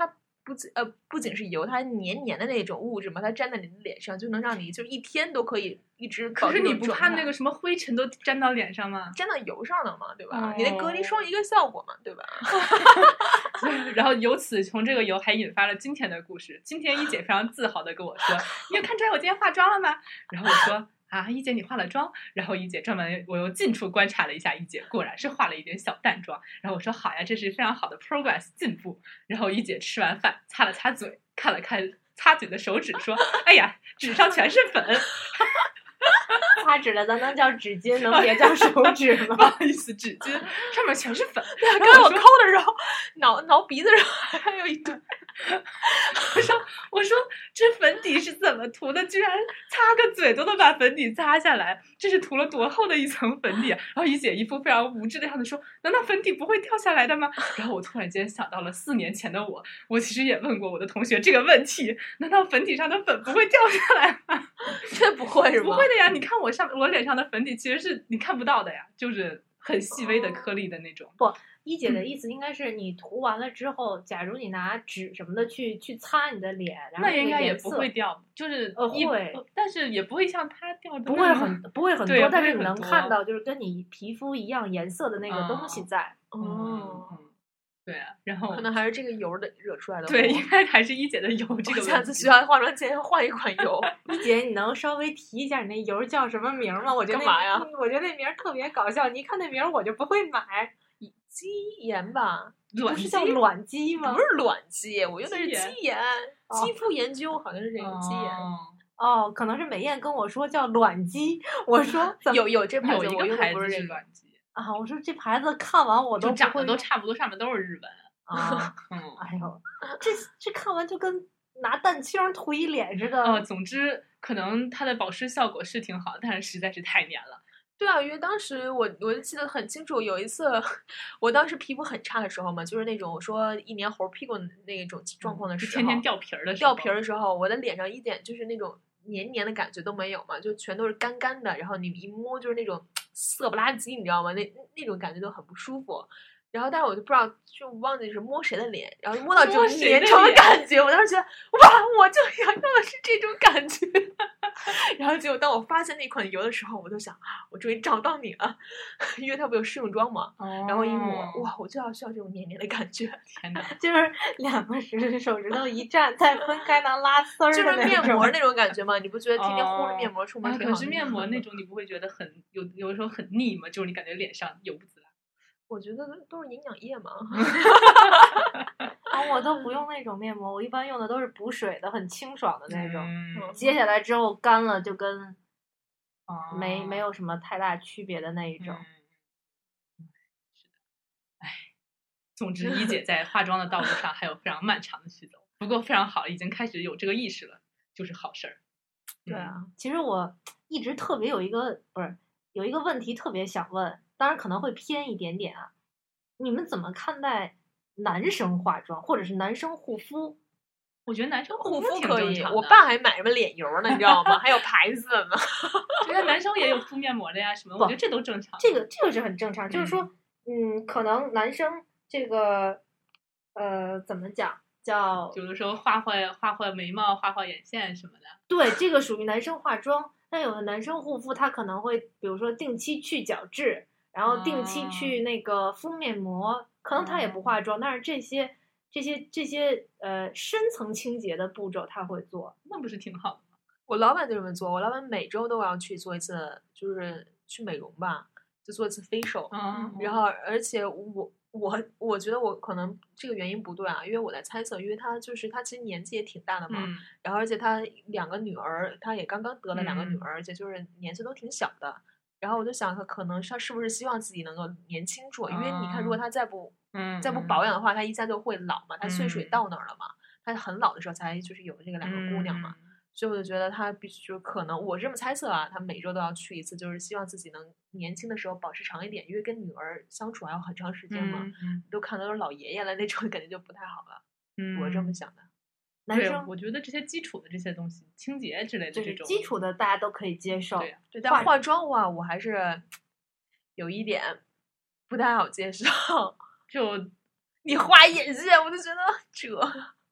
Speaker 3: 不呃不仅是油，它黏黏的那种物质嘛，它粘在你的脸上，就能让你就一天都可以一直保持。
Speaker 2: 可是你不怕那个什么灰尘都粘到脸上吗？
Speaker 3: 粘到油上了嘛，对吧？
Speaker 2: 哦、
Speaker 3: 你那隔离霜一个效果嘛，对吧？
Speaker 2: 然后由此从这个油还引发了今天的故事。今天一姐非常自豪的跟我说：“你有看出来我今天化妆了吗？”然后我说。啊，一姐你化了妆，然后一姐专门我又近处观察了一下，一姐果然是化了一点小淡妆。然后我说好呀，这是非常好的 progress 进步。然后一姐吃完饭擦了擦嘴，看了看擦嘴的手指，说：“哎呀，纸上全是粉。”
Speaker 1: 擦纸的咱能叫纸巾，能别叫手指吗？
Speaker 2: 不好意思，纸巾上面全是粉。
Speaker 3: 对，刚才我抠的时候，挠挠鼻子上还有一堆。
Speaker 2: 我说我说这粉底是怎么涂的？居然擦个嘴都能把粉底擦下来，这是涂了多厚的一层粉底啊？然后一姐一副非常无知的样子说：“难道粉底不会掉下来的吗？”然后我突然间想到了四年前的我，我其实也问过我的同学这个问题：难道粉底上的粉不会掉下来吗？
Speaker 3: 这不会是吗？
Speaker 2: 不会的呀！你看我上我脸上的粉底其实是你看不到的呀，就是很细微的颗粒的那种。
Speaker 1: 不，一姐的意思应该是你涂完了之后，假如你拿纸什么的去去擦你的脸，然后
Speaker 2: 那应该也不会掉，就是
Speaker 1: 呃会，
Speaker 2: 但是也不会像它掉的
Speaker 1: 不会很不会很多，但是你能
Speaker 2: 多
Speaker 1: 看到就是跟你皮肤一样颜色的那个东西在。
Speaker 3: 哦。
Speaker 2: 嗯对啊，然后
Speaker 3: 可能还是这个油的惹出来的。
Speaker 2: 对，应该还是一姐的油这个。
Speaker 3: 下次需要化妆前要换一款油。
Speaker 1: 一姐，你能稍微提一下你那油叫什么名吗？我觉得
Speaker 3: 干嘛呀？
Speaker 1: 我觉得那名特别搞笑，你一看那名我就不会买。
Speaker 3: 鸡盐吧？
Speaker 2: 不
Speaker 1: 是叫卵鸡吗？
Speaker 3: 不是卵鸡，我用的是鸡盐。肌肤研究好像是这个鸡盐。
Speaker 1: 哦，可能是美艳跟我说叫卵鸡，我说
Speaker 3: 有有这牌子，
Speaker 2: 有一个牌子是卵鸡。
Speaker 1: 啊！我说这牌子看完我都
Speaker 2: 长得都差不多，上面都是日文
Speaker 1: 啊！嗯，哎呦，这这看完就跟拿蛋清涂一脸似的。
Speaker 2: 哦，总之可能它的保湿效果是挺好，但是实在是太黏了。
Speaker 3: 对啊，因为当时我我记得很清楚，有一次我当时皮肤很差的时候嘛，就是那种我说一年猴屁股那种状况的时候，
Speaker 2: 天天掉皮儿的时
Speaker 3: 候，掉皮儿的时候，我的脸上一点就是那种黏黏的感觉都没有嘛，就全都是干干的，然后你一摸就是那种涩不拉几，你知道吗？那那种感觉都很不舒服。然后但是我就不知道，就忘记是摸谁的脸，然后摸到这种黏稠的感觉，我当时觉得哇，我就想要的是这种感觉。然后结果当我发现那款油的时候，我就想啊，我终于找到你了，因为它不有试用装嘛，
Speaker 2: 哦、
Speaker 3: 然后一摸，哇，我就要需要这种黏黏的感觉。
Speaker 2: 天哪，
Speaker 1: 就是两个手手指头一站，再分开能拉丝儿的
Speaker 3: 就是面膜那种感觉吗？你不觉得天天敷着面膜出门挺好、
Speaker 2: 哦啊？可是面膜那种你不会觉得很有有时候很腻吗？就是你感觉脸上油不自然。
Speaker 3: 我觉得都是营养液嘛。
Speaker 1: 啊，我都不用那种面膜，我一般用的都是补水的，很清爽的那种。
Speaker 2: 嗯、
Speaker 1: 接下来之后干了就跟没、
Speaker 2: 哦、
Speaker 1: 没有什么太大区别的那一种。
Speaker 2: 嗯、是的，哎，总之一姐在化妆的道路上还有非常漫长的去走，不过非常好，已经开始有这个意识了，就是好事儿。
Speaker 3: 对啊，
Speaker 1: 其实我一直特别有一个不是有一个问题特别想问。当然可能会偏一点点啊，你们怎么看待男生化妆或者是男生护肤？
Speaker 2: 我觉得男生
Speaker 3: 护
Speaker 2: 肤
Speaker 3: 可以，我爸还买什么脸油呢，你知道吗？还有牌子呢。
Speaker 2: 觉得男生也有敷面膜的呀，什么？我觉得这都正常。
Speaker 1: 这个这个是很正常，就是说，嗯，可能男生这个，呃，怎么讲？叫
Speaker 2: 有的时候画画画画眉毛、画画眼线什么的。
Speaker 1: 对，这个属于男生化妆，但有的男生护肤，他可能会比如说定期去角质。然后定期去那个敷面膜，哦、可能他也不化妆，但是这些这些这些呃深层清洁的步骤他会做，
Speaker 2: 那不是挺好的吗？
Speaker 3: 我老板就这么做，我老板每周都要去做一次，就是去美容吧，就做一次 facial，
Speaker 2: 嗯、
Speaker 3: 然后而且我我我觉得我可能这个原因不对啊，因为我在猜测，因为他就是他其实年纪也挺大的嘛，
Speaker 2: 嗯、
Speaker 3: 然后而且他两个女儿，他也刚刚得了两个女儿，
Speaker 2: 嗯、
Speaker 3: 而且就是年纪都挺小的。然后我就想，他可能他是不是希望自己能够年轻住？因为你看，如果他再不、
Speaker 2: 嗯、
Speaker 3: 再不保养的话，他一下就会老嘛。他岁数
Speaker 2: 嗯、
Speaker 3: 到那儿了嘛，他很老的时候才就是有这个两个姑娘嘛。
Speaker 2: 嗯、
Speaker 3: 所以我就觉得他必须就可能，我这么猜测啊，他每周都要去一次，就是希望自己能年轻的时候保持长一点，因为跟女儿相处还有很长时间嘛，
Speaker 2: 嗯、
Speaker 3: 都看到都是老爷爷了那种，感觉就不太好了。
Speaker 2: 嗯、
Speaker 3: 我这么想的。
Speaker 1: 男生，
Speaker 2: 我觉得这些基础的这些东西，清洁之类的这种，
Speaker 1: 基础的大家都可以接受。
Speaker 2: 对，
Speaker 3: 对，但化妆的话，我还是有一点不太好接受。
Speaker 2: 就
Speaker 3: 你画眼线，我就觉得这。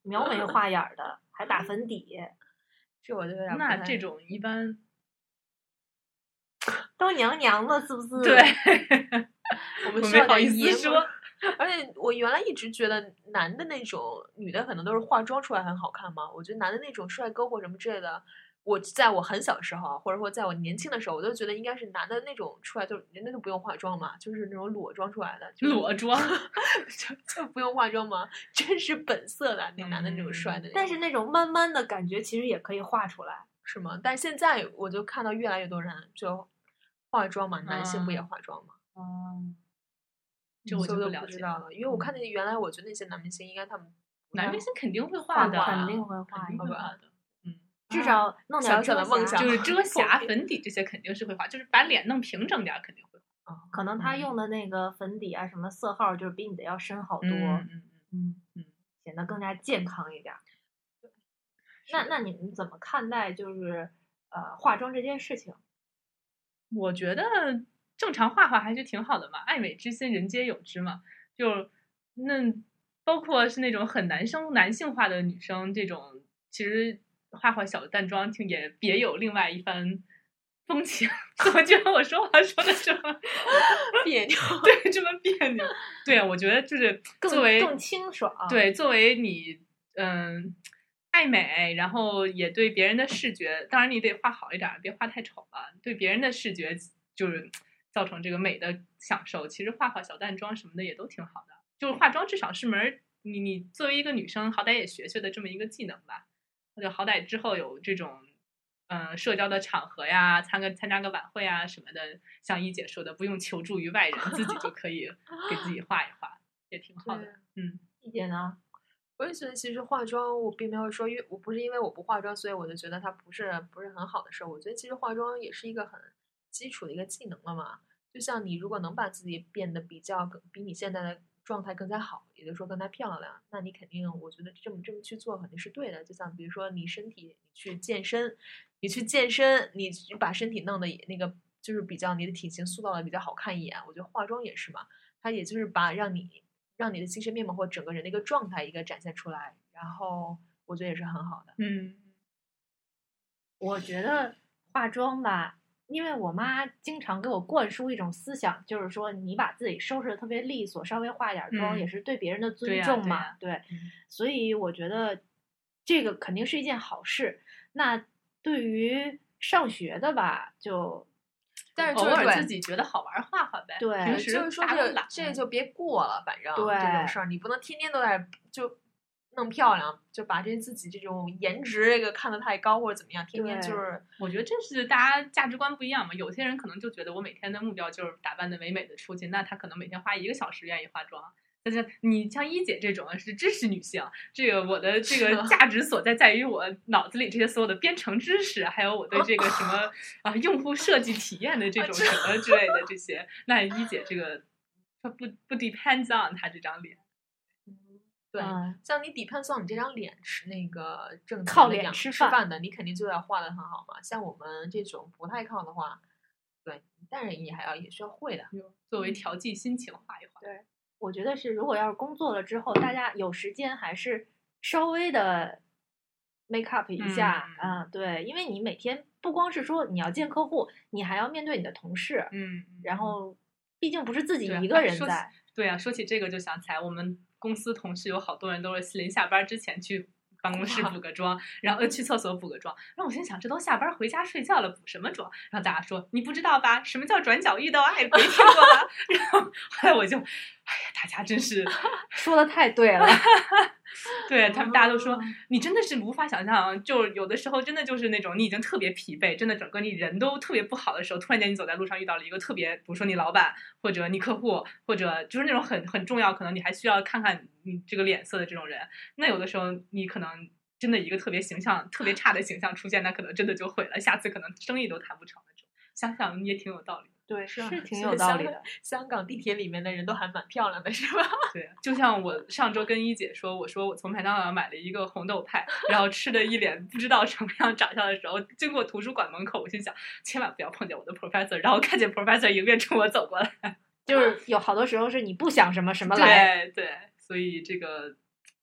Speaker 1: 描眉画眼的，还打粉底，
Speaker 3: 这我就有点
Speaker 2: 那这种一般
Speaker 1: 都娘娘了，是不是？
Speaker 2: 对，
Speaker 3: 我们
Speaker 2: 没好意思说。
Speaker 3: 而且我原来一直觉得男的那种，女的可能都是化妆出来很好看嘛。我觉得男的那种帅哥或什么之类的，我在我很小时候，或者说在我年轻的时候，我都觉得应该是男的那种出来就人家都不用化妆嘛，就是那种裸妆出来的。就是、
Speaker 2: 裸妆
Speaker 3: 就就不用化妆吗？真是本色的那男的那种帅的那种、
Speaker 1: 嗯。但是那种慢慢的感觉其实也可以画出来，
Speaker 3: 是吗？但现在我就看到越来越多人就化妆嘛，男性不也化妆吗？
Speaker 2: 嗯。这我就不了
Speaker 3: 解到了，因为我看那原来我觉得那些男明星应该他们
Speaker 2: 男明星肯定会画的，
Speaker 1: 肯定会画
Speaker 2: 一
Speaker 1: 的，
Speaker 2: 嗯，
Speaker 1: 至少弄点
Speaker 3: 小小的梦想，
Speaker 2: 就是遮瑕、粉底这些肯定是会画，就是把脸弄平整点肯定会画。
Speaker 1: 哦，可能他用的那个粉底啊，什么色号就是比你的要深好多，
Speaker 2: 嗯嗯
Speaker 1: 嗯嗯，显得更加健康一点。那那你们怎么看待就是呃化妆这件事情？
Speaker 2: 我觉得。正常画画还是挺好的嘛，爱美之心人皆有之嘛。就那包括是那种很男生男性化的女生，这种其实画画小淡妆也别有另外一番风情。怎么觉得我说话说的这么
Speaker 3: 别扭？
Speaker 2: 对，这么别扭。对，我觉得就是作为
Speaker 1: 更清爽。
Speaker 2: 对，作为你嗯爱美，然后也对别人的视觉，当然你得画好一点，别画太丑了。对别人的视觉就是。造成这个美的享受，其实画画小淡妆什么的也都挺好的。就是化妆至少是门你你作为一个女生，好歹也学学的这么一个技能吧。或者好歹之后有这种嗯、呃、社交的场合呀，参个参加个晚会啊什么的，像一姐说的，不用求助于外人，自己就可以给自己画一画，也挺好的。嗯，
Speaker 1: 一姐呢？
Speaker 3: 我也觉得其实化妆我并没有说，因为我不是因为我不化妆，所以我就觉得它不是不是很好的事儿。我觉得其实化妆也是一个很基础的一个技能了嘛。就像你如果能把自己变得比较比你现在的状态更加好，也就是说更加漂亮，那你肯定我觉得这么这么去做肯定是对的。就像比如说你身体你去健身，你去健身，你把身体弄得那个就是比较你的体型塑造的比较好看一眼。我觉得化妆也是嘛，它也就是把让你让你的精神面貌或整个人的一个状态一个展现出来，然后我觉得也是很好的。
Speaker 2: 嗯，
Speaker 1: 我觉得化妆吧。因为我妈经常给我灌输一种思想，就是说你把自己收拾的特别利索，稍微化点妆、嗯、也是对别人的尊重嘛。
Speaker 2: 对,、啊对,啊、
Speaker 1: 对、嗯，所以我觉得这个肯定是一件好事。那对于上学的吧，就
Speaker 3: 但是
Speaker 2: 偶尔自己觉得好玩画画呗。
Speaker 1: 对，
Speaker 2: 平时
Speaker 3: 就是说这这就别过了，反正
Speaker 1: 对
Speaker 3: 这种事儿你不能天天都在就。弄漂亮，就把这自己这种颜值这个看得太高或者怎么样，天天就是，
Speaker 2: 我觉得这是大家价值观不一样嘛。有些人可能就觉得我每天的目标就是打扮的美美的出去，那他可能每天花一个小时愿意化妆。但是你像一姐这种是知识女性，这个我的这个价值所在在于我脑子里这些所有的编程知识，还有我对这个什么啊用户设计体验的这种什么之类的这些。那一姐这个不不 depends on 她这张脸。
Speaker 3: 对、嗯，像你 depends on 你这张脸吃那个正
Speaker 1: 靠脸吃
Speaker 3: 饭吃饭的，你肯定就要画的很好嘛。像我们这种不太靠的话，对，但是你还要也需要会的，
Speaker 2: 作为调剂心情画一画。
Speaker 1: 对，我觉得是，如果要是工作了之后，大家有时间还是稍微的 make up 一下啊、
Speaker 2: 嗯
Speaker 1: 嗯，对，因为你每天不光是说你要见客户，你还要面对你的同事，
Speaker 2: 嗯，
Speaker 1: 然后毕竟不是自己一个人在。
Speaker 2: 对啊，说起这个就想起来我们。公司同事有好多人都是临下班之前去办公室补个妆，然后去厕所补个妆。然后我心想，这都下班回家睡觉了，补什么妆？然后大家说你不知道吧？什么叫转角遇到爱？没听过吧？然后后来我就，哎呀，大家真是
Speaker 1: 说的太对了。
Speaker 2: 对他们，大家都说你真的是无法想象，就有的时候真的就是那种你已经特别疲惫，真的整个你人都特别不好的时候，突然间你走在路上遇到了一个特别，比如说你老板或者你客户，或者就是那种很很重要，可能你还需要看看你这个脸色的这种人，那有的时候你可能真的一个特别形象特别差的形象出现，那可能真的就毁了，下次可能生意都谈不成那种。想想也挺有道理。
Speaker 1: 对，是
Speaker 3: 是
Speaker 1: 挺有道理的。
Speaker 3: 香港地铁里面的人都还蛮漂亮的，是吧？
Speaker 2: 对，就像我上周跟一姐说，我说我从麦当劳买了一个红豆派，然后吃的一脸不知道什么样长相的时候，经过图书馆门口，我心想千万不要碰见我的 professor， 然后看见 professor 迎面冲我走过来，
Speaker 1: 就是有好多时候是你不想什么什么来。
Speaker 2: 对对，所以这个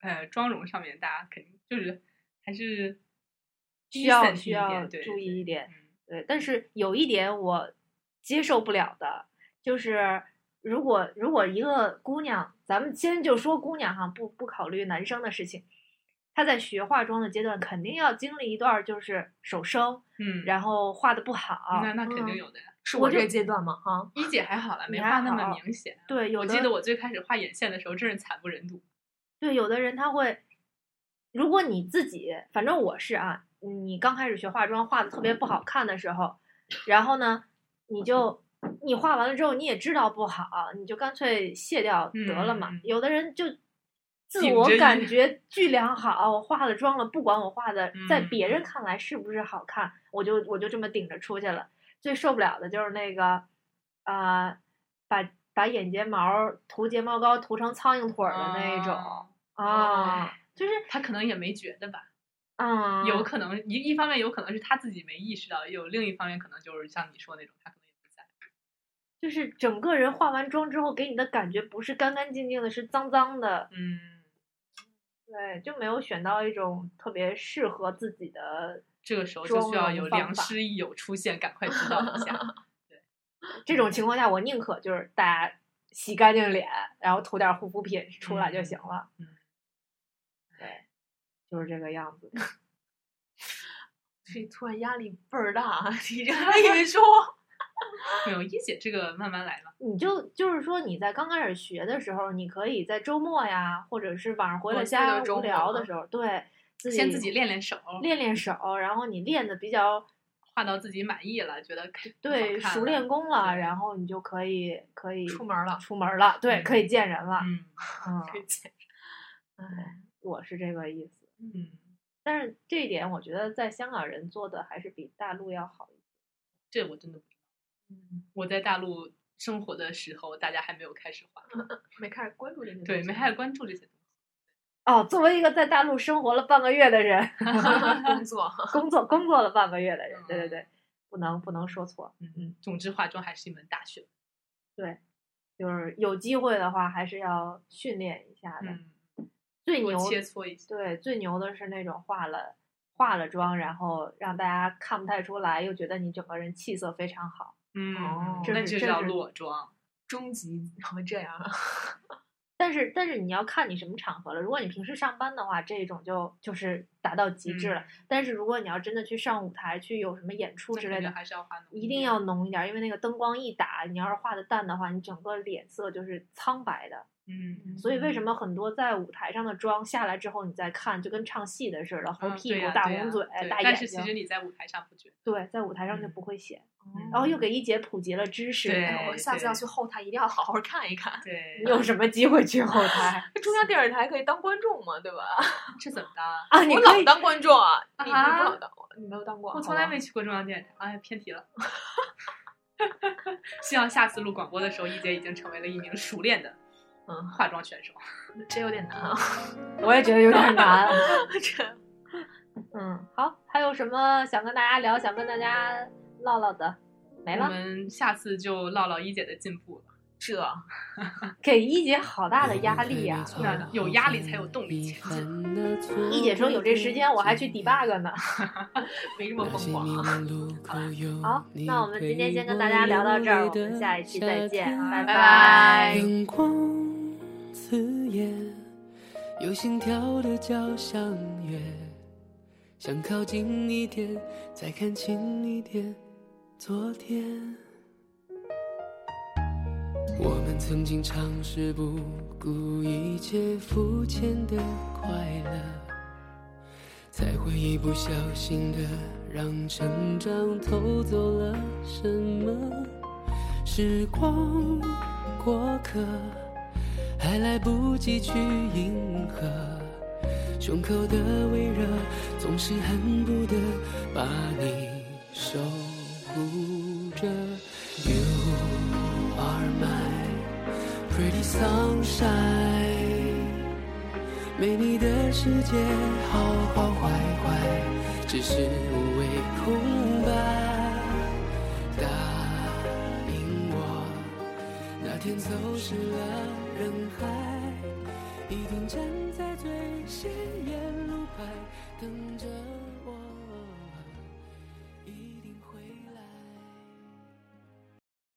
Speaker 2: 呃妆容上面，大家肯定就是还是
Speaker 1: 需要需要
Speaker 2: 对
Speaker 1: 注意一点。
Speaker 2: 对，
Speaker 1: 对，但是有一点我接受不了的，就是如果如果一个姑娘，咱们先就说姑娘哈，不不考虑男生的事情，她在学化妆的阶段，肯定要经历一段就是手生，
Speaker 2: 嗯，
Speaker 1: 然后画的不好，
Speaker 2: 那那肯定有的呀。
Speaker 3: 嗯、是我这个阶段吗？哈，
Speaker 2: 一姐还好了，没画那么明显。
Speaker 1: 对，有
Speaker 2: 我记得我最开始画眼线的时候，真是惨不忍睹。
Speaker 1: 对，有的人他会，如果你自己，反正我是啊，你刚开始学化妆画的特别不好看的时候，然后呢，你就你画完了之后，你也知道不好，你就干脆卸掉得了嘛。
Speaker 2: 嗯、
Speaker 1: 有的人就自我感觉巨良好，我化了妆了，不管我画的在别人看来是不是好看，
Speaker 2: 嗯、
Speaker 1: 我就我就这么顶着出去了。最受不了的就是那个，啊、呃，把把眼睫毛涂睫毛膏涂成苍蝇腿的那一种。
Speaker 2: 哦
Speaker 1: 啊，就是
Speaker 2: 他可能也没觉得吧，
Speaker 1: 嗯，
Speaker 2: 有可能一一方面有可能是他自己没意识到，有另一方面可能就是像你说那种，他可能也不在，
Speaker 1: 就是整个人化完妆之后给你的感觉不是干干净净的，是脏脏的，
Speaker 2: 嗯，
Speaker 1: 对，就没有选到一种特别适合自己的，
Speaker 2: 这个时候就需要有良师益友出现，赶快指导一下。对，
Speaker 1: 这种情况下，我宁可就是大家洗干净脸，然后涂点护肤品出来就行了。
Speaker 2: 嗯。嗯
Speaker 1: 对，就是这个样子。
Speaker 3: 所以突然压力倍儿大，你这么一说，
Speaker 2: 没有一姐这个慢慢来嘛。
Speaker 1: 你就就是说你在刚开始学的时候，你可以在周末呀，或者是晚上回了家无聊的时候，对，自己
Speaker 2: 先自己练练手，
Speaker 1: 练练手，然后你练的比较
Speaker 2: 画到自己满意了，觉得
Speaker 1: 对熟练功了，然后你就可以可以
Speaker 3: 出门了，
Speaker 1: 出门了，对，可以见人了，
Speaker 2: 嗯
Speaker 1: 嗯，
Speaker 3: 可以见人，
Speaker 1: 哎。我是这个意思，
Speaker 2: 嗯，
Speaker 1: 但是这一点我觉得在香港人做的还是比大陆要好一些。
Speaker 2: 这我真的不知道，嗯，我在大陆生活的时候，大家还没有开始画，
Speaker 3: 没开始关注这些东西，
Speaker 2: 对，没开始关注这些东西。
Speaker 1: 哦，作为一个在大陆生活了半个月的人，
Speaker 3: 工作
Speaker 1: 工作工作了半个月的人，对对对，不能不能说错，
Speaker 2: 嗯嗯，总之化妆还是一门大学，
Speaker 1: 对，就是有机会的话还是要训练一下的。
Speaker 2: 嗯，
Speaker 1: 最牛
Speaker 2: 切磋一下，
Speaker 1: 对，最牛的是那种化了化了妆，然后让大家看不太出来，又觉得你整个人气色非常好。
Speaker 2: 嗯，
Speaker 3: 哦，
Speaker 2: 那就叫裸妆，
Speaker 3: 终极然后这样。
Speaker 1: 但是但是你要看你什么场合了。如果你平时上班的话，这种就就是达到极致了。
Speaker 2: 嗯、
Speaker 1: 但是如果你要真的去上舞台，去有什么演出之类的，
Speaker 2: 还是要化浓，
Speaker 1: 一定要浓一点，因为那个灯光一打，你要是化的淡的话，你整个脸色就是苍白的。
Speaker 2: 嗯，
Speaker 1: 所以为什么很多在舞台上的妆下来之后，你再看就跟唱戏的似的，红屁股、
Speaker 2: 嗯、
Speaker 1: 大红嘴、
Speaker 2: 啊、
Speaker 1: 大眼睛。
Speaker 2: 但是其实你在舞台上不觉得。
Speaker 1: 对，在舞台上就不会显。
Speaker 2: 嗯、
Speaker 1: 然后又给一姐普及了知识。
Speaker 2: 对，
Speaker 3: 我下次要去后台一定要好好看一看。
Speaker 2: 对，
Speaker 1: 你有什么机会去后台？
Speaker 3: 中央电视台可以当观众嘛，对吧？
Speaker 2: 是怎么的
Speaker 1: 啊？你
Speaker 3: 我老当观众啊！
Speaker 2: 啊
Speaker 3: 你不老当，你没有当过？
Speaker 2: 我从来没去过中央电视台。哎，偏题了。希望下次录广播的时候，一姐已经成为了一名熟练的。嗯，化妆选手，
Speaker 3: 这有点难啊！
Speaker 1: 我也觉得有点难。
Speaker 3: 这，
Speaker 1: 嗯，好，还有什么想跟大家聊、想跟大家唠唠的？没了。
Speaker 2: 我们下次就唠唠一姐的进步了。
Speaker 3: 这
Speaker 1: 给一姐好大的压力呀、
Speaker 2: 啊！那有压力才有动力前进。
Speaker 1: 一姐说有这时间，我还去 debug 呢，
Speaker 3: 没这么疯狂。
Speaker 1: 好，那我们今天先跟大家聊到这儿，我们下一期再见，拜
Speaker 3: 拜。
Speaker 4: 灯光刺眼，有心跳的交响乐，想靠近一点，再看清一点昨天。我们曾经尝试不顾一切肤浅的快乐，才会一不小心的让成长偷走了什么。时光过客，还来不及去迎合，胸口的微热总是恨不得把你守护着。You are my pretty sunshine， 没你的世界好好坏坏只是无谓空白。答应我，那天走失了人海， 一定站在最显眼路牌等着我。